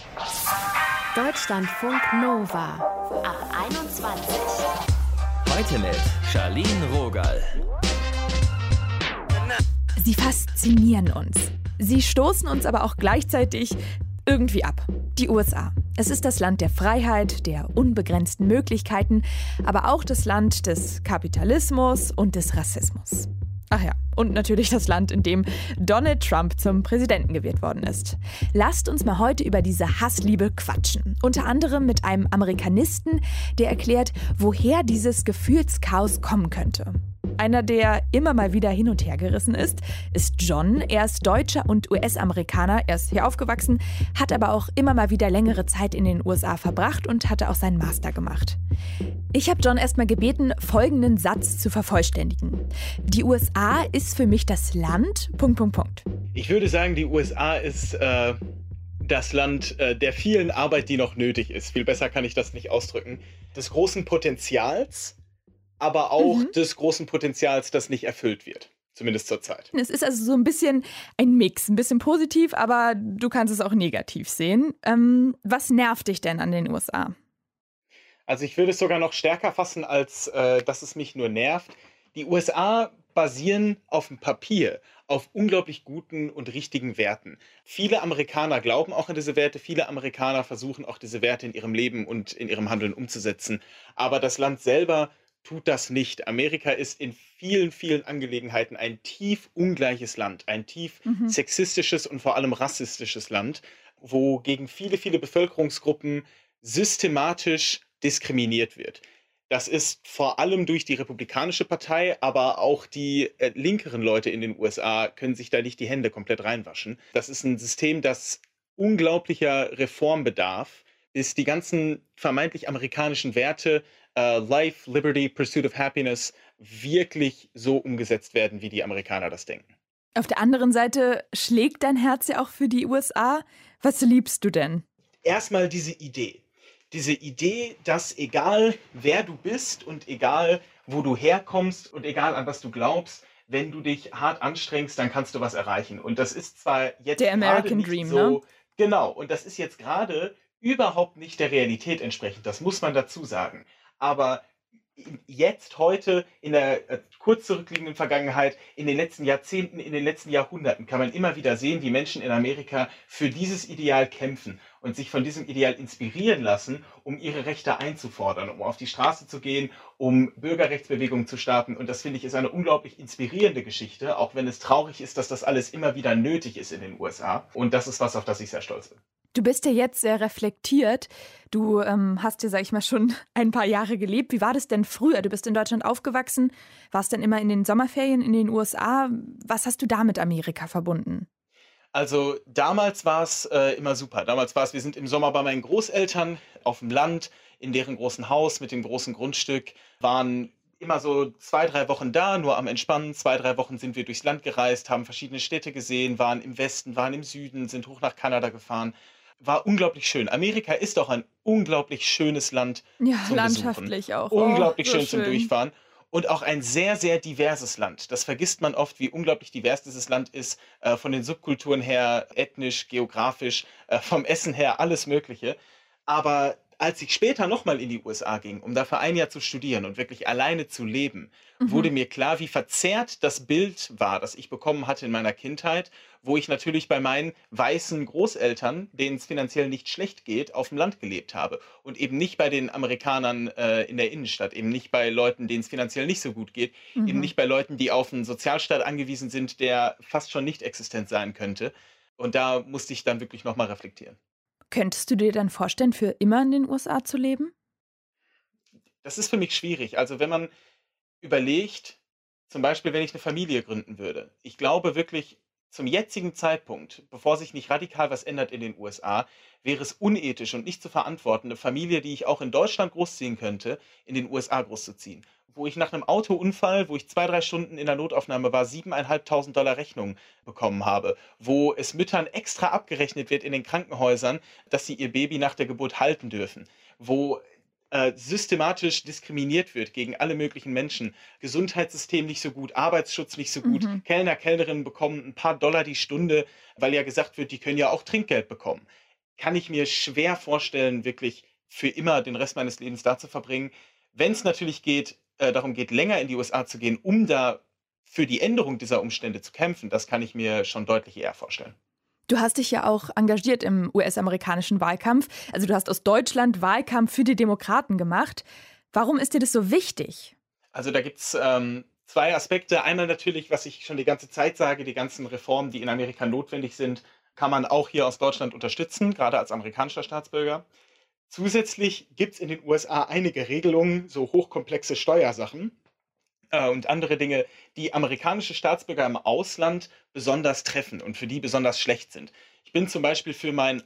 Deutschlandfunk Nova ab 21. Heute mit Charlene Rogal. Sie faszinieren uns. Sie stoßen uns aber auch gleichzeitig irgendwie ab. Die USA. Es ist das Land der Freiheit, der unbegrenzten Möglichkeiten, aber auch das Land des Kapitalismus und des Rassismus. Ach ja, und natürlich das Land, in dem Donald Trump zum Präsidenten gewählt worden ist. Lasst uns mal heute über diese Hassliebe quatschen. Unter anderem mit einem Amerikanisten, der erklärt, woher dieses Gefühlschaos kommen könnte. Einer, der immer mal wieder hin und her gerissen ist John. Er ist Deutscher und US-Amerikaner. Er ist hier aufgewachsen, hat aber auch immer mal wieder längere Zeit in den USA verbracht und hatte auch seinen Master gemacht. Ich habe John erstmal gebeten, folgenden Satz zu vervollständigen. Die USA ist für mich das Land... ... Ich würde sagen, die USA ist das Land der vielen Arbeit, die noch nötig ist. Viel besser kann ich das nicht ausdrücken. Des großen Potenzials, aber auch des großen Potenzials, das nicht erfüllt wird. Zumindest zur Zeit. Es ist also so ein bisschen ein Mix. Ein bisschen positiv, aber du kannst es auch negativ sehen. Was nervt dich denn an den USA? Also ich würde es sogar noch stärker fassen, als dass es mich nur nervt. Die USA basieren auf dem Papier auf unglaublich guten und richtigen Werten. Viele Amerikaner glauben auch an diese Werte. Viele Amerikaner versuchen auch diese Werte in ihrem Leben und in ihrem Handeln umzusetzen. Aber das Land selber tut das nicht. Amerika ist in vielen, vielen Angelegenheiten ein tief ungleiches Land, ein tief sexistisches und vor allem rassistisches Land, wo gegen viele, viele Bevölkerungsgruppen systematisch diskriminiert wird. Das ist vor allem durch die Republikanische Partei, aber auch die linkeren Leute in den USA können sich da nicht die Hände komplett reinwaschen. Das ist ein System, das unglaublicher Reform bedarf, bis die ganzen vermeintlich amerikanischen Werte Life, Liberty, Pursuit of Happiness wirklich so umgesetzt werden, wie die Amerikaner das denken. Auf der anderen Seite schlägt dein Herz ja auch für die USA. Was liebst du denn? Erstmal diese Idee. Diese Idee, dass egal wer du bist und egal wo du herkommst und egal an was du glaubst, wenn du dich hart anstrengst, dann kannst du was erreichen. Und das ist zwar jetzt der American nicht Dream, so, ne? Genau, und das ist jetzt gerade überhaupt nicht der Realität entsprechend. Das muss man dazu sagen. Aber jetzt, heute, in der kurz zurückliegenden Vergangenheit, in den letzten Jahrzehnten, in den letzten Jahrhunderten kann man immer wieder sehen, wie Menschen in Amerika für dieses Ideal kämpfen und sich von diesem Ideal inspirieren lassen, um ihre Rechte einzufordern, um auf die Straße zu gehen, um Bürgerrechtsbewegungen zu starten. Und das, finde ich, ist eine unglaublich inspirierende Geschichte, auch wenn es traurig ist, dass das alles immer wieder nötig ist in den USA. Und das ist was, auf das ich sehr stolz bin. Du bist ja jetzt sehr reflektiert. Du hast ja, sag ich mal, schon ein paar Jahre gelebt. Wie war das denn früher? Du bist in Deutschland aufgewachsen, warst dann immer in den Sommerferien in den USA. Was hast du da mit Amerika verbunden? Also damals war es immer super. Wir sind im Sommer bei meinen Großeltern auf dem Land, in deren großen Haus mit dem großen Grundstück, waren immer so 2-3 Wochen da, nur am Entspannen. 2-3 Wochen sind wir durchs Land gereist, haben verschiedene Städte gesehen, waren im Westen, waren im Süden, sind hoch nach Kanada gefahren. War unglaublich schön. Amerika ist auch ein unglaublich schönes Land zum landschaftlich Besuchen. Auch. Unglaublich so schön zum Durchfahren. Und auch ein sehr, sehr diverses Land. Das vergisst man oft, wie unglaublich divers dieses Land ist. Von den Subkulturen her, ethnisch, geografisch, vom Essen her, alles Mögliche. Aber als ich später nochmal in die USA ging, um da für ein Jahr zu studieren und wirklich alleine zu leben, wurde mir klar, wie verzerrt das Bild war, das ich bekommen hatte in meiner Kindheit, wo ich natürlich bei meinen weißen Großeltern, denen es finanziell nicht schlecht geht, auf dem Land gelebt habe. Und eben nicht bei den Amerikanern in der Innenstadt, eben nicht bei Leuten, denen es finanziell nicht so gut geht, eben nicht bei Leuten, die auf einen Sozialstaat angewiesen sind, der fast schon nicht existent sein könnte. Und da musste ich dann wirklich nochmal reflektieren. Könntest du dir dann vorstellen, für immer in den USA zu leben? Das ist für mich schwierig. Also wenn man überlegt, zum Beispiel, wenn ich eine Familie gründen würde. Ich glaube wirklich, zum jetzigen Zeitpunkt, bevor sich nicht radikal was ändert in den USA, wäre es unethisch und nicht zu verantworten, eine Familie, die ich auch in Deutschland großziehen könnte, in den USA großzuziehen. Wo ich nach einem Autounfall, wo ich 2-3 Stunden in der Notaufnahme war, $7.500 Rechnung bekommen habe. Wo es Müttern extra abgerechnet wird in den Krankenhäusern, dass sie ihr Baby nach der Geburt halten dürfen. Wo systematisch diskriminiert wird gegen alle möglichen Menschen. Gesundheitssystem nicht so gut, Arbeitsschutz nicht so gut. Kellner, Kellnerinnen bekommen ein paar Dollar die Stunde, weil ja gesagt wird, die können ja auch Trinkgeld bekommen. kann ich mir schwer vorstellen, wirklich für immer den Rest meines Lebens da zu verbringen. Wenn es natürlich darum geht, länger in die USA zu gehen, um da für die Änderung dieser Umstände zu kämpfen, das kann ich mir schon deutlich eher vorstellen. Du hast dich ja auch engagiert im US-amerikanischen Wahlkampf. Also du hast aus Deutschland Wahlkampf für die Demokraten gemacht. Warum ist dir das so wichtig? Also da gibt es 2 Aspekte. Einmal natürlich, was ich schon die ganze Zeit sage, die ganzen Reformen, die in Amerika notwendig sind, kann man auch hier aus Deutschland unterstützen, gerade als amerikanischer Staatsbürger. Zusätzlich gibt es in den USA einige Regelungen, so hochkomplexe Steuersachen und andere Dinge, die amerikanische Staatsbürger im Ausland besonders treffen und für die besonders schlecht sind. Ich bin zum Beispiel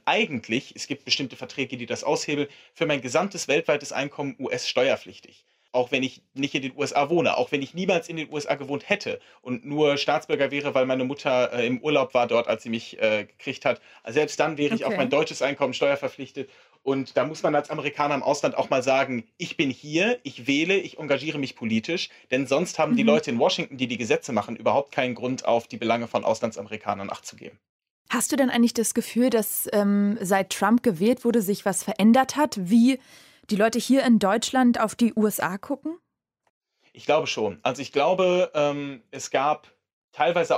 es gibt bestimmte Verträge, die das aushebeln, für mein gesamtes weltweites Einkommen US-steuerpflichtig. Auch wenn ich nicht in den USA wohne, auch wenn ich niemals in den USA gewohnt hätte und nur Staatsbürger wäre, weil meine Mutter im Urlaub war dort, als sie mich gekriegt hat. Selbst dann wäre ich auf mein deutsches Einkommen steuerverpflichtet. Und da muss man als Amerikaner im Ausland auch mal sagen, ich bin hier, ich wähle, ich engagiere mich politisch. Denn sonst haben die Leute in Washington, die die Gesetze machen, überhaupt keinen Grund, auf die Belange von Auslandsamerikanern Acht zu geben. Hast du denn eigentlich das Gefühl, dass seit Trump gewählt wurde, sich was verändert hat, wie die Leute hier in Deutschland auf die USA gucken? Ich glaube schon. Also ich glaube, es gab teilweise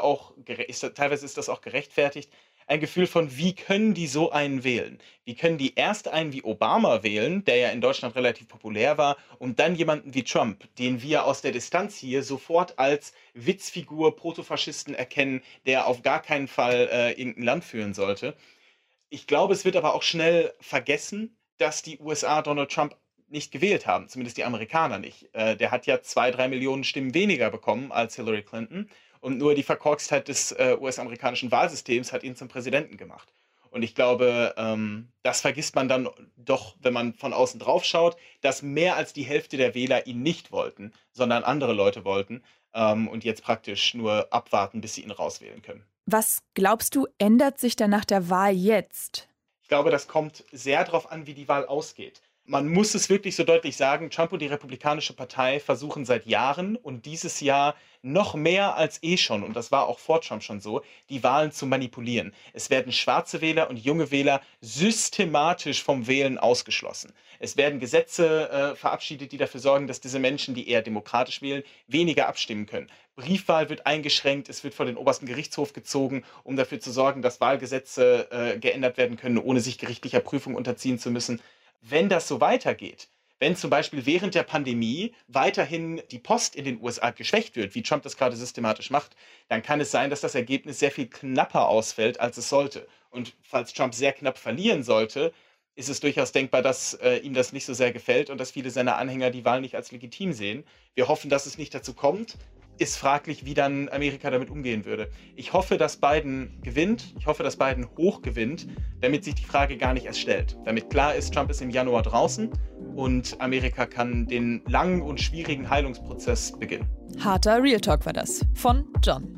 ist das auch gerechtfertigt, ein Gefühl von, wie können die so einen wählen? Wie können die erst einen wie Obama wählen, der ja in Deutschland relativ populär war, und dann jemanden wie Trump, den wir aus der Distanz hier sofort als Witzfigur, Protofaschisten erkennen, der auf gar keinen Fall irgendein Land führen sollte. Ich glaube, es wird aber auch schnell vergessen, dass die USA Donald Trump nicht gewählt haben, zumindest die Amerikaner nicht. Der hat ja 2-3 Millionen Stimmen weniger bekommen als Hillary Clinton und nur die Verkorkstheit des US-amerikanischen Wahlsystems hat ihn zum Präsidenten gemacht. Und ich glaube, das vergisst man dann doch, wenn man von außen drauf schaut, dass mehr als die Hälfte der Wähler ihn nicht wollten, sondern andere Leute wollten und jetzt praktisch nur abwarten, bis sie ihn rauswählen können. Was glaubst du, ändert sich dann nach der Wahl jetzt? Ich glaube, das kommt sehr darauf an, wie die Wahl ausgeht. Man muss es wirklich so deutlich sagen, Trump und die Republikanische Partei versuchen seit Jahren und dieses Jahr noch mehr als schon, und das war auch vor Trump schon so, die Wahlen zu manipulieren. Es werden schwarze Wähler und junge Wähler systematisch vom Wählen ausgeschlossen. Es werden Gesetze verabschiedet, die dafür sorgen, dass diese Menschen, die eher demokratisch wählen, weniger abstimmen können. Briefwahl wird eingeschränkt, es wird vor den obersten Gerichtshof gezogen, um dafür zu sorgen, dass Wahlgesetze geändert werden können, ohne sich gerichtlicher Prüfung unterziehen zu müssen. Wenn das so weitergeht, wenn zum Beispiel während der Pandemie weiterhin die Post in den USA geschwächt wird, wie Trump das gerade systematisch macht, dann kann es sein, dass das Ergebnis sehr viel knapper ausfällt, als es sollte. Und falls Trump sehr knapp verlieren sollte, ist es durchaus denkbar, dass ihm das nicht so sehr gefällt und dass viele seiner Anhänger die Wahl nicht als legitim sehen. Wir hoffen, dass es nicht dazu kommt. Ist fraglich, wie dann Amerika damit umgehen würde. Ich hoffe, dass Biden gewinnt. Ich hoffe, dass Biden hoch gewinnt, damit sich die Frage gar nicht erst stellt. Damit klar ist, Trump ist im Januar draußen und Amerika kann den langen und schwierigen Heilungsprozess beginnen. Harter Real Talk war das von John.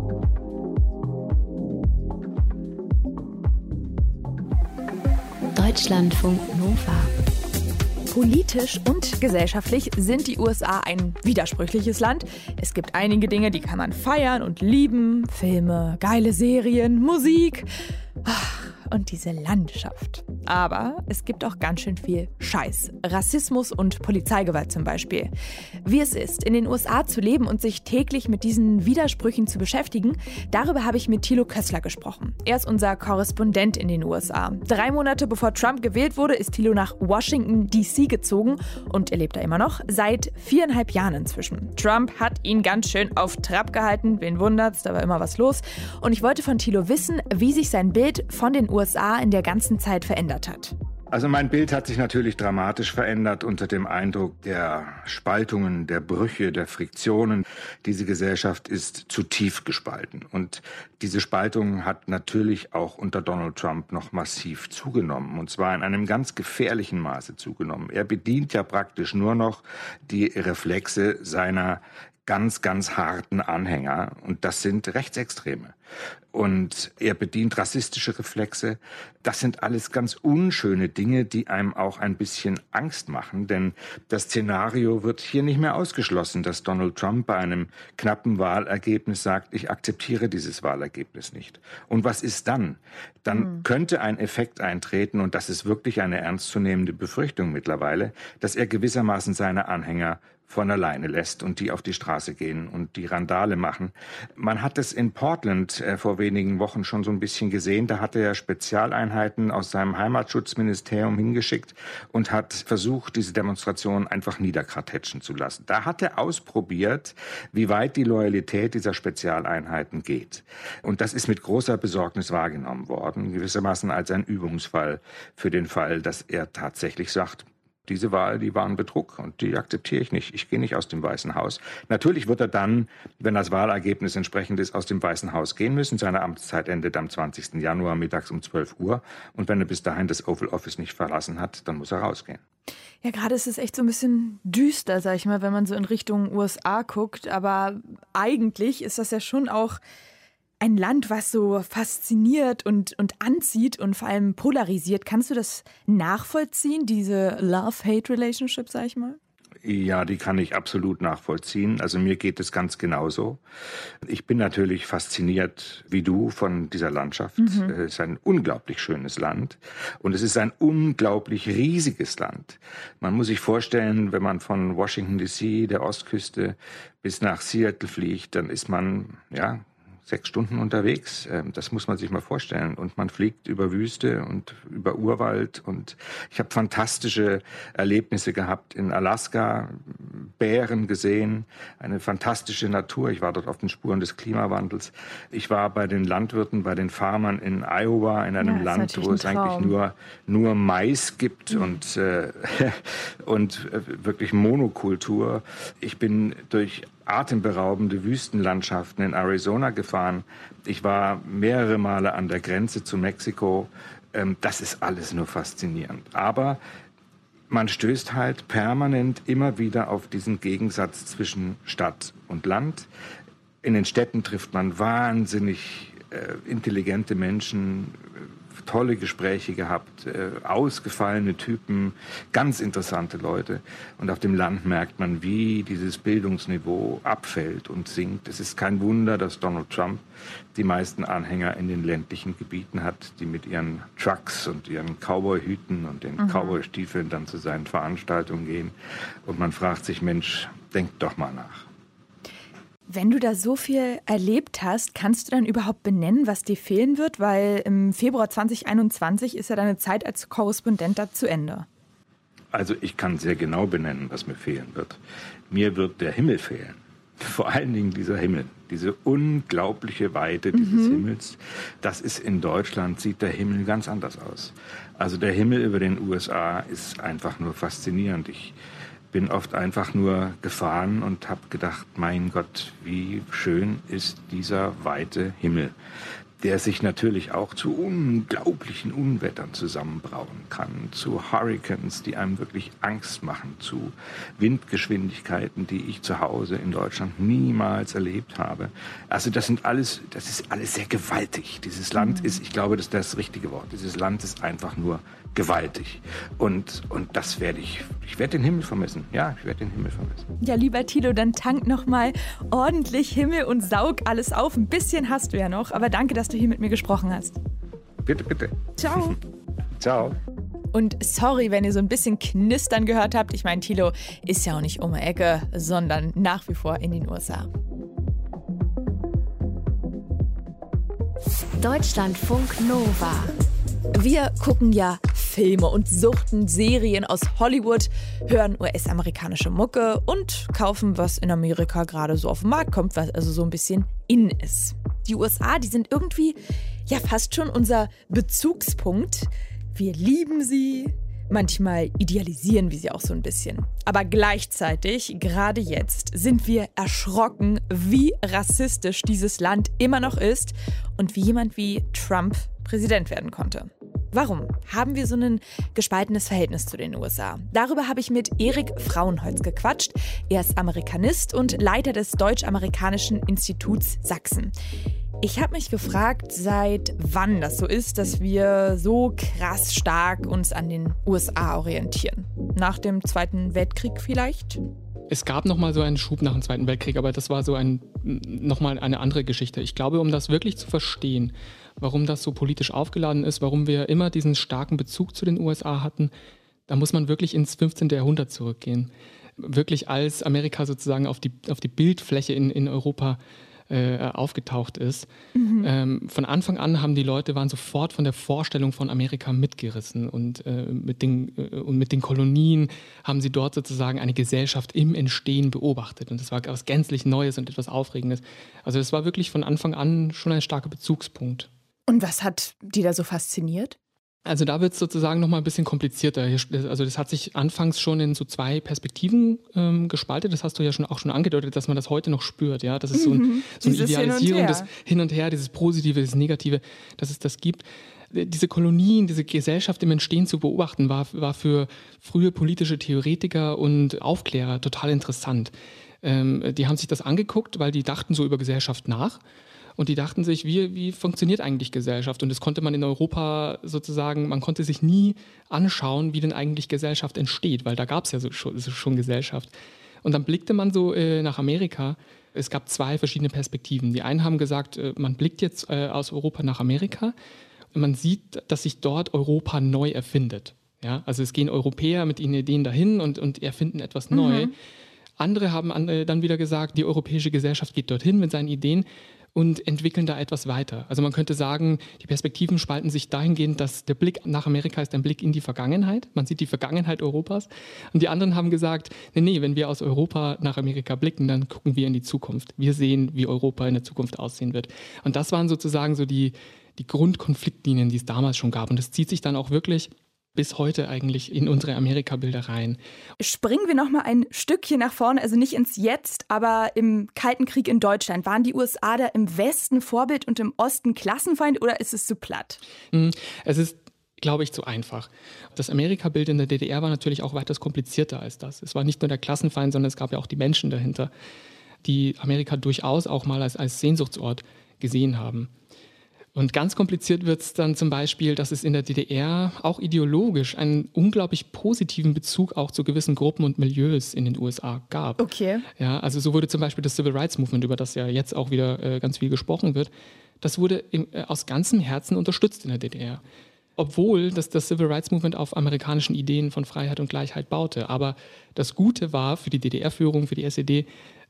Deutschlandfunk Nova. Politisch und gesellschaftlich sind die USA ein widersprüchliches Land. Es gibt einige Dinge, die kann man feiern und lieben. Filme, geile Serien, Musik und diese Landschaft. Aber es gibt auch ganz schön viel Scheiß. Rassismus und Polizeigewalt zum Beispiel. Wie es ist, in den USA zu leben und sich täglich mit diesen Widersprüchen zu beschäftigen, darüber habe ich mit Thilo Kössler gesprochen. Er ist unser Korrespondent in den USA. 3 Monate bevor Trump gewählt wurde, ist Thilo nach Washington, D.C. gezogen und er lebt da immer noch, seit 4,5 Jahren inzwischen. Trump hat ihn ganz schön auf Trab gehalten, wen wundert's, da war immer was los. Und ich wollte von Thilo wissen, wie sich sein Bild von den USA in der ganzen Zeit verändert hat. Also mein Bild hat sich natürlich dramatisch verändert unter dem Eindruck der Spaltungen, der Brüche, der Friktionen. Diese Gesellschaft ist zu tief gespalten. Und diese Spaltung hat natürlich auch unter Donald Trump noch massiv zugenommen. Und zwar in einem ganz gefährlichen Maße zugenommen. Er bedient ja praktisch nur noch die Reflexe seiner ganz, ganz harten Anhänger und das sind Rechtsextreme. Und er bedient rassistische Reflexe. Das sind alles ganz unschöne Dinge, die einem auch ein bisschen Angst machen, denn das Szenario wird hier nicht mehr ausgeschlossen, dass Donald Trump bei einem knappen Wahlergebnis sagt, ich akzeptiere dieses Wahlergebnis nicht. Und was ist dann? Dann könnte ein Effekt eintreten, und das ist wirklich eine ernstzunehmende Befürchtung mittlerweile, dass er gewissermaßen seine Anhänger von alleine lässt und die auf die Straße gehen und die Randale machen. Man hat es in Portland vor wenigen Wochen schon so ein bisschen gesehen. Da hatte er Spezialeinheiten aus seinem Heimatschutzministerium hingeschickt und hat versucht, diese Demonstration einfach niederkartätschen zu lassen. Da hat er ausprobiert, wie weit die Loyalität dieser Spezialeinheiten geht. Und das ist mit großer Besorgnis wahrgenommen worden, gewissermaßen als ein Übungsfall für den Fall, dass er tatsächlich sagt, diese Wahl, die war ein Betrug und die akzeptiere ich nicht. Ich gehe nicht aus dem Weißen Haus. Natürlich wird er dann, wenn das Wahlergebnis entsprechend ist, aus dem Weißen Haus gehen müssen. Seine Amtszeit endet am 20. Januar mittags um 12 Uhr. Und wenn er bis dahin das Oval Office nicht verlassen hat, dann muss er rausgehen. Ja, gerade ist es echt so ein bisschen düster, sag ich mal, wenn man so in Richtung USA guckt. Aber eigentlich ist das ja schon auch ein Land, was so fasziniert und anzieht und vor allem polarisiert. Kannst du das nachvollziehen, diese Love-Hate-Relationship, sag ich mal? Ja, die kann ich absolut nachvollziehen. Also mir geht es ganz genauso. Ich bin natürlich fasziniert, wie du, von dieser Landschaft. Es ist ein unglaublich schönes Land und es ist ein unglaublich riesiges Land. Man muss sich vorstellen, wenn man von Washington D.C., der Ostküste, bis nach Seattle fliegt, dann ist man, 6 Stunden unterwegs. Das muss man sich mal vorstellen. Und man fliegt über Wüste und über Urwald. Und ich habe fantastische Erlebnisse gehabt in Alaska, Bären gesehen, eine fantastische Natur. Ich war dort auf den Spuren des Klimawandels. Ich war bei den Landwirten, bei den Farmern in Iowa, in einem Land, wo es eigentlich nur Mais gibt und wirklich Monokultur. Ich bin durch atemberaubende Wüstenlandschaften in Arizona gefahren. Ich war mehrere Male an der Grenze zu Mexiko. Das ist alles nur faszinierend. Aber man stößt halt permanent immer wieder auf diesen Gegensatz zwischen Stadt und Land. In den Städten trifft man wahnsinnig intelligente Menschen, tolle Gespräche gehabt, ausgefallene Typen, ganz interessante Leute. Und auf dem Land merkt man, wie dieses Bildungsniveau abfällt und sinkt. Es ist kein Wunder, dass Donald Trump die meisten Anhänger in den ländlichen Gebieten hat, die mit ihren Trucks und ihren Cowboy-Hüten und den Cowboy-Stiefeln dann zu seinen Veranstaltungen gehen. Und man fragt sich, Mensch, denk doch mal nach. Wenn du da so viel erlebt hast, kannst du dann überhaupt benennen, was dir fehlen wird? Weil im Februar 2021 ist ja deine Zeit als Korrespondent da zu Ende. Also ich kann sehr genau benennen, was mir fehlen wird. Mir wird der Himmel fehlen. Vor allen Dingen dieser Himmel, diese unglaubliche Weite dieses Himmels. Das ist in Deutschland, sieht der Himmel ganz anders aus. Also der Himmel über den USA ist einfach nur faszinierend. Ich bin oft einfach nur gefahren und habe gedacht, mein Gott, wie schön ist dieser weite Himmel, der sich natürlich auch zu unglaublichen Unwettern zusammenbrauen kann, zu Hurricanes, die einem wirklich Angst machen, zu Windgeschwindigkeiten, die ich zu Hause in Deutschland niemals erlebt habe. Also das ist alles sehr gewaltig. Dieses Land ist, ich glaube, das ist das richtige Wort, dieses Land ist einfach nur gewaltig. Und das ich werde den Himmel vermissen. Ja, ich werde den Himmel vermissen. Ja, lieber Thilo, dann tank nochmal ordentlich Himmel und saug alles auf. Ein bisschen hast du ja noch, aber danke, dass du hier mit mir gesprochen hast. Bitte, bitte. Ciao. Ciao. Und sorry, wenn ihr so ein bisschen Knistern gehört habt. Ich meine, Thilo ist ja auch nicht um die Ecke, sondern nach wie vor in den USA. Deutschlandfunk Nova. Wir gucken ja Filme und suchten Serien aus Hollywood, hören US-amerikanische Mucke und kaufen, was in Amerika gerade so auf den Markt kommt, was also so ein bisschen in ist. Die USA, die sind irgendwie ja fast schon unser Bezugspunkt. Wir lieben sie, manchmal idealisieren wir sie auch so ein bisschen. Aber gleichzeitig, gerade jetzt, sind wir erschrocken, wie rassistisch dieses Land immer noch ist und wie jemand wie Trump Präsident werden konnte. Warum haben wir so ein gespaltenes Verhältnis zu den USA? Darüber habe ich mit Erik Frauenholz gequatscht. Er ist Amerikanist und Leiter des Deutsch-Amerikanischen Instituts Sachsen. Ich habe mich gefragt, seit wann das so ist, dass wir so krass stark uns an den USA orientieren. Nach dem Zweiten Weltkrieg vielleicht? Es gab nochmal so einen Schub nach dem Zweiten Weltkrieg, aber das war so nochmal eine andere Geschichte. Ich glaube, um das wirklich zu verstehen, warum das so politisch aufgeladen ist, warum wir immer diesen starken Bezug zu den USA hatten, da muss man wirklich ins 15. Jahrhundert zurückgehen. Wirklich als Amerika sozusagen auf die Bildfläche in Europa aufgetaucht ist. Von Anfang an waren sofort von der Vorstellung von Amerika mitgerissen und mit den Kolonien haben sie dort sozusagen eine Gesellschaft im Entstehen beobachtet und das war etwas gänzlich Neues und etwas Aufregendes. Also das war wirklich von Anfang an schon ein starker Bezugspunkt. Und was hat die da so fasziniert? Also da wird es sozusagen nochmal ein bisschen komplizierter. Also das hat sich anfangs schon in so zwei Perspektiven gespaltet. Das hast du ja auch schon angedeutet, dass man das heute noch spürt. Ja? Das ist so eine Idealisierung, das Hin und Her, dieses Positive, das Negative, dass es das gibt. Diese Kolonien, diese Gesellschaft im Entstehen zu beobachten, war für frühe politische Theoretiker und Aufklärer total interessant. Die haben sich das angeguckt, weil die dachten so über Gesellschaft nach. Und die dachten sich, wie funktioniert eigentlich Gesellschaft? Und das konnte man in Europa sozusagen, man konnte sich nie anschauen, wie denn eigentlich Gesellschaft entsteht, weil da gab es ja schon Gesellschaft. Und dann blickte man so nach Amerika. Es gab zwei verschiedene Perspektiven. Die einen haben gesagt, man blickt jetzt aus Europa nach Amerika und man sieht, dass sich dort Europa neu erfindet. Ja? Also es gehen Europäer mit ihren Ideen dahin und erfinden etwas neu. Andere haben dann wieder gesagt, die europäische Gesellschaft geht dorthin mit seinen Ideen und entwickeln da etwas weiter. Also man könnte sagen, die Perspektiven spalten sich dahingehend, dass der Blick nach Amerika ist ein Blick in die Vergangenheit. Man sieht die Vergangenheit Europas. Und die anderen haben gesagt, nee, wenn wir aus Europa nach Amerika blicken, dann gucken wir in die Zukunft. Wir sehen, wie Europa in der Zukunft aussehen wird. Und das waren sozusagen so die Grundkonfliktlinien, die es damals schon gab. Und das zieht sich dann auch wirklich bis heute eigentlich in unsere Amerika-Bilder rein. Springen wir noch mal ein Stückchen nach vorne, also nicht ins Jetzt, aber im Kalten Krieg in Deutschland. Waren die USA da im Westen Vorbild und im Osten Klassenfeind oder ist es zu platt? Es ist, glaube ich, zu einfach. Das Amerika-Bild in der DDR war natürlich auch weitaus komplizierter als das. Es war nicht nur der Klassenfeind, sondern es gab ja auch die Menschen dahinter, die Amerika durchaus auch mal als Sehnsuchtsort gesehen haben. Und ganz kompliziert wird es dann zum Beispiel, dass es in der DDR auch ideologisch einen unglaublich positiven Bezug auch zu gewissen Gruppen und Milieus in den USA gab. Okay. Ja, also so wurde zum Beispiel das Civil Rights Movement, über das ja jetzt auch wieder ganz viel gesprochen wird, das wurde aus ganzem Herzen unterstützt in der DDR. Obwohl das Civil Rights Movement auf amerikanischen Ideen von Freiheit und Gleichheit baute. Aber das Gute war für die DDR-Führung, für die SED,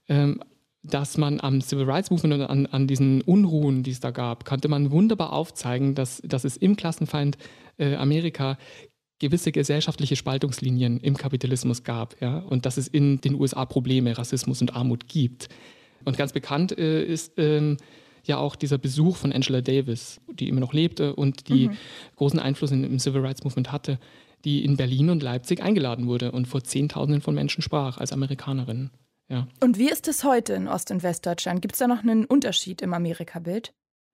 dass man am Civil Rights Movement und an diesen Unruhen, die es da gab, konnte man wunderbar aufzeigen, dass es im Klassenfeind Amerika gewisse gesellschaftliche Spaltungslinien im Kapitalismus gab, ja? Und dass es in den USA Probleme, Rassismus und Armut gibt. Und ganz bekannt ist ja auch dieser Besuch von Angela Davis, die immer noch lebte und die großen Einfluss im Civil Rights Movement hatte, die in Berlin und Leipzig eingeladen wurde und vor Zehntausenden von Menschen sprach als Amerikanerin. Ja. Und wie ist es heute in Ost- und Westdeutschland? Gibt es da noch einen Unterschied im Amerika-Bild?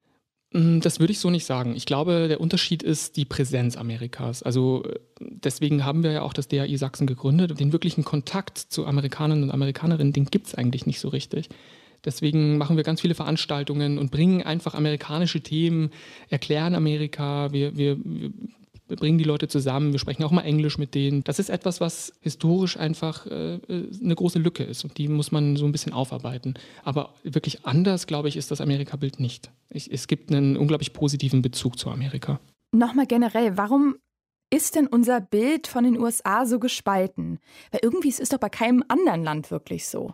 Das würde ich so nicht sagen. Ich glaube, der Unterschied ist die Präsenz Amerikas. Also deswegen haben wir ja auch das DAI Sachsen gegründet. Den wirklichen Kontakt zu Amerikanern und Amerikanerinnen, den gibt es eigentlich nicht so richtig. Deswegen machen wir ganz viele Veranstaltungen und bringen einfach amerikanische Themen, erklären Amerika, wir bringen die Leute zusammen, wir sprechen auch mal Englisch mit denen. Das ist etwas, was historisch einfach eine große Lücke ist und die muss man so ein bisschen aufarbeiten. Aber wirklich anders, glaube ich, ist das Amerika-Bild nicht. Es gibt einen unglaublich positiven Bezug zu Amerika. Nochmal generell, warum ist denn unser Bild von den USA so gespalten? Weil irgendwie ist es doch bei keinem anderen Land wirklich so.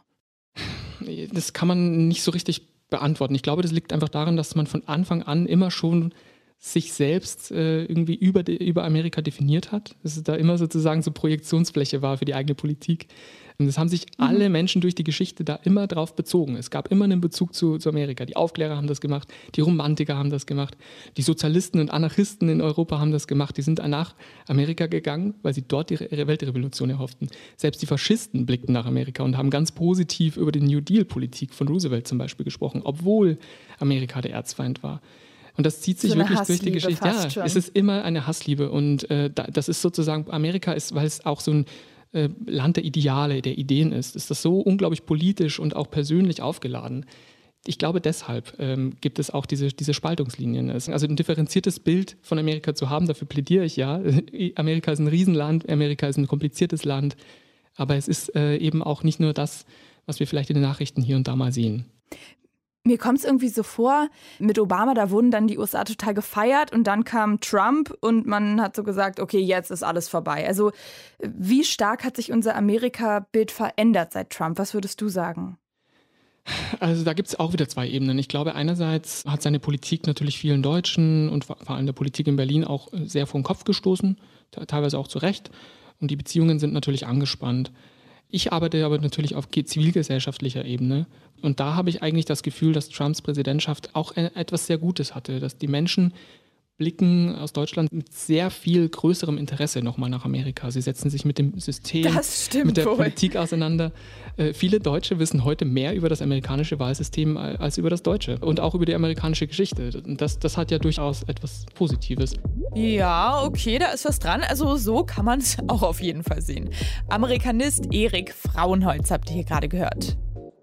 Das kann man nicht so richtig beantworten. Ich glaube, das liegt einfach daran, dass man von Anfang an immer schon sich selbst irgendwie über Amerika definiert hat. Dass es da immer sozusagen so Projektionsfläche war für die eigene Politik. Und das haben sich alle Menschen durch die Geschichte da immer drauf bezogen. Es gab immer einen Bezug zu Amerika. Die Aufklärer haben das gemacht, die Romantiker haben das gemacht, die Sozialisten und Anarchisten in Europa haben das gemacht. Die sind nach Amerika gegangen, weil sie dort ihre Weltrevolution erhofften. Selbst die Faschisten blickten nach Amerika und haben ganz positiv über die New Deal-Politik von Roosevelt zum Beispiel gesprochen, obwohl Amerika der Erzfeind war. Und das zieht sich so wirklich durch die Geschichte. Ja, es ist immer eine Hassliebe. Und das ist sozusagen, Amerika ist, weil es auch so ein Land der Ideale, der Ideen ist das so unglaublich politisch und auch persönlich aufgeladen. Ich glaube, deshalb gibt es auch diese Spaltungslinien. Also ein differenziertes Bild von Amerika zu haben, dafür plädiere ich ja. Amerika ist ein Riesenland, Amerika ist ein kompliziertes Land, aber es ist eben auch nicht nur das, was wir vielleicht in den Nachrichten hier und da mal sehen. Mir kommt es irgendwie so vor, mit Obama, da wurden dann die USA total gefeiert und dann kam Trump und man hat so gesagt, okay, jetzt ist alles vorbei. Also wie stark hat sich unser Amerika-Bild verändert seit Trump? Was würdest du sagen? Also da gibt es auch wieder zwei Ebenen. Ich glaube, einerseits hat seine Politik natürlich vielen Deutschen und vor allem der Politik in Berlin auch sehr vor den Kopf gestoßen, teilweise auch zu Recht. Und die Beziehungen sind natürlich angespannt. Ich arbeite aber natürlich auf zivilgesellschaftlicher Ebene. Und da habe ich eigentlich das Gefühl, dass Trumps Präsidentschaft auch etwas sehr Gutes hatte, dass die Menschen blicken aus Deutschland mit sehr viel größerem Interesse nochmal nach Amerika. Sie setzen sich mit dem System, mit der Politik auseinander. Viele Deutsche wissen heute mehr über das amerikanische Wahlsystem als über das deutsche und auch über die amerikanische Geschichte. Das hat ja durchaus etwas Positives. Ja, okay, da ist was dran. Also so kann man es auch auf jeden Fall sehen. Amerikanist Erik Frauenholz habt ihr hier gerade gehört.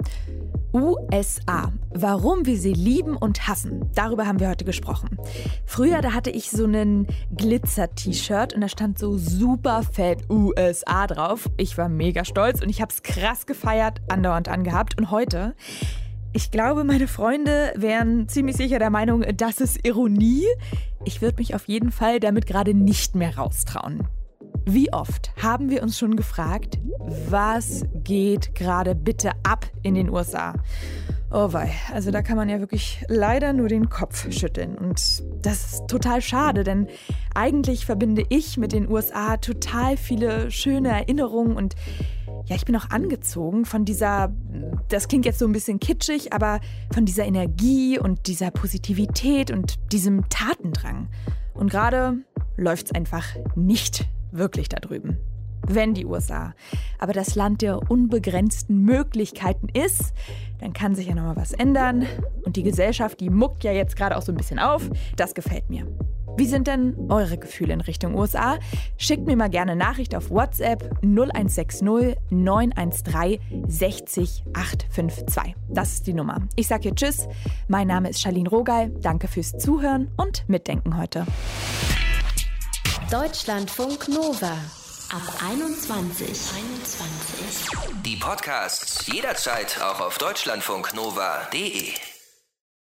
USA. Warum wir sie lieben und hassen. Darüber haben wir heute gesprochen. Früher, da hatte ich so einen Glitzer-T-Shirt und da stand so super fett USA drauf. Ich war mega stolz und ich habe es krass gefeiert, andauernd angehabt. Und heute, ich glaube, meine Freunde wären ziemlich sicher der Meinung, das ist Ironie. Ich würde mich auf jeden Fall damit gerade nicht mehr raustrauen. Wie oft haben wir uns schon gefragt, was geht gerade bitte ab in den USA? Oh wei, also da kann man ja wirklich leider nur den Kopf schütteln. Und das ist total schade, denn eigentlich verbinde ich mit den USA total viele schöne Erinnerungen. Und ja, ich bin auch angezogen von dieser, das klingt jetzt so ein bisschen kitschig, aber von dieser Energie und dieser Positivität und diesem Tatendrang. Und gerade läuft's einfach nicht wirklich da drüben. Wenn die USA aber das Land der unbegrenzten Möglichkeiten ist, dann kann sich ja nochmal was ändern. Und die Gesellschaft, die muckt ja jetzt gerade auch so ein bisschen auf. Das gefällt mir. Wie sind denn eure Gefühle in Richtung USA? Schickt mir mal gerne eine Nachricht auf WhatsApp 0160 913 60 852. Das ist die Nummer. Ich sag hier Tschüss. Mein Name ist Charlene Rogal. Danke fürs Zuhören und Mitdenken heute. Deutschlandfunk Nova. Ab 21. Die Podcasts jederzeit auch auf deutschlandfunknova.de.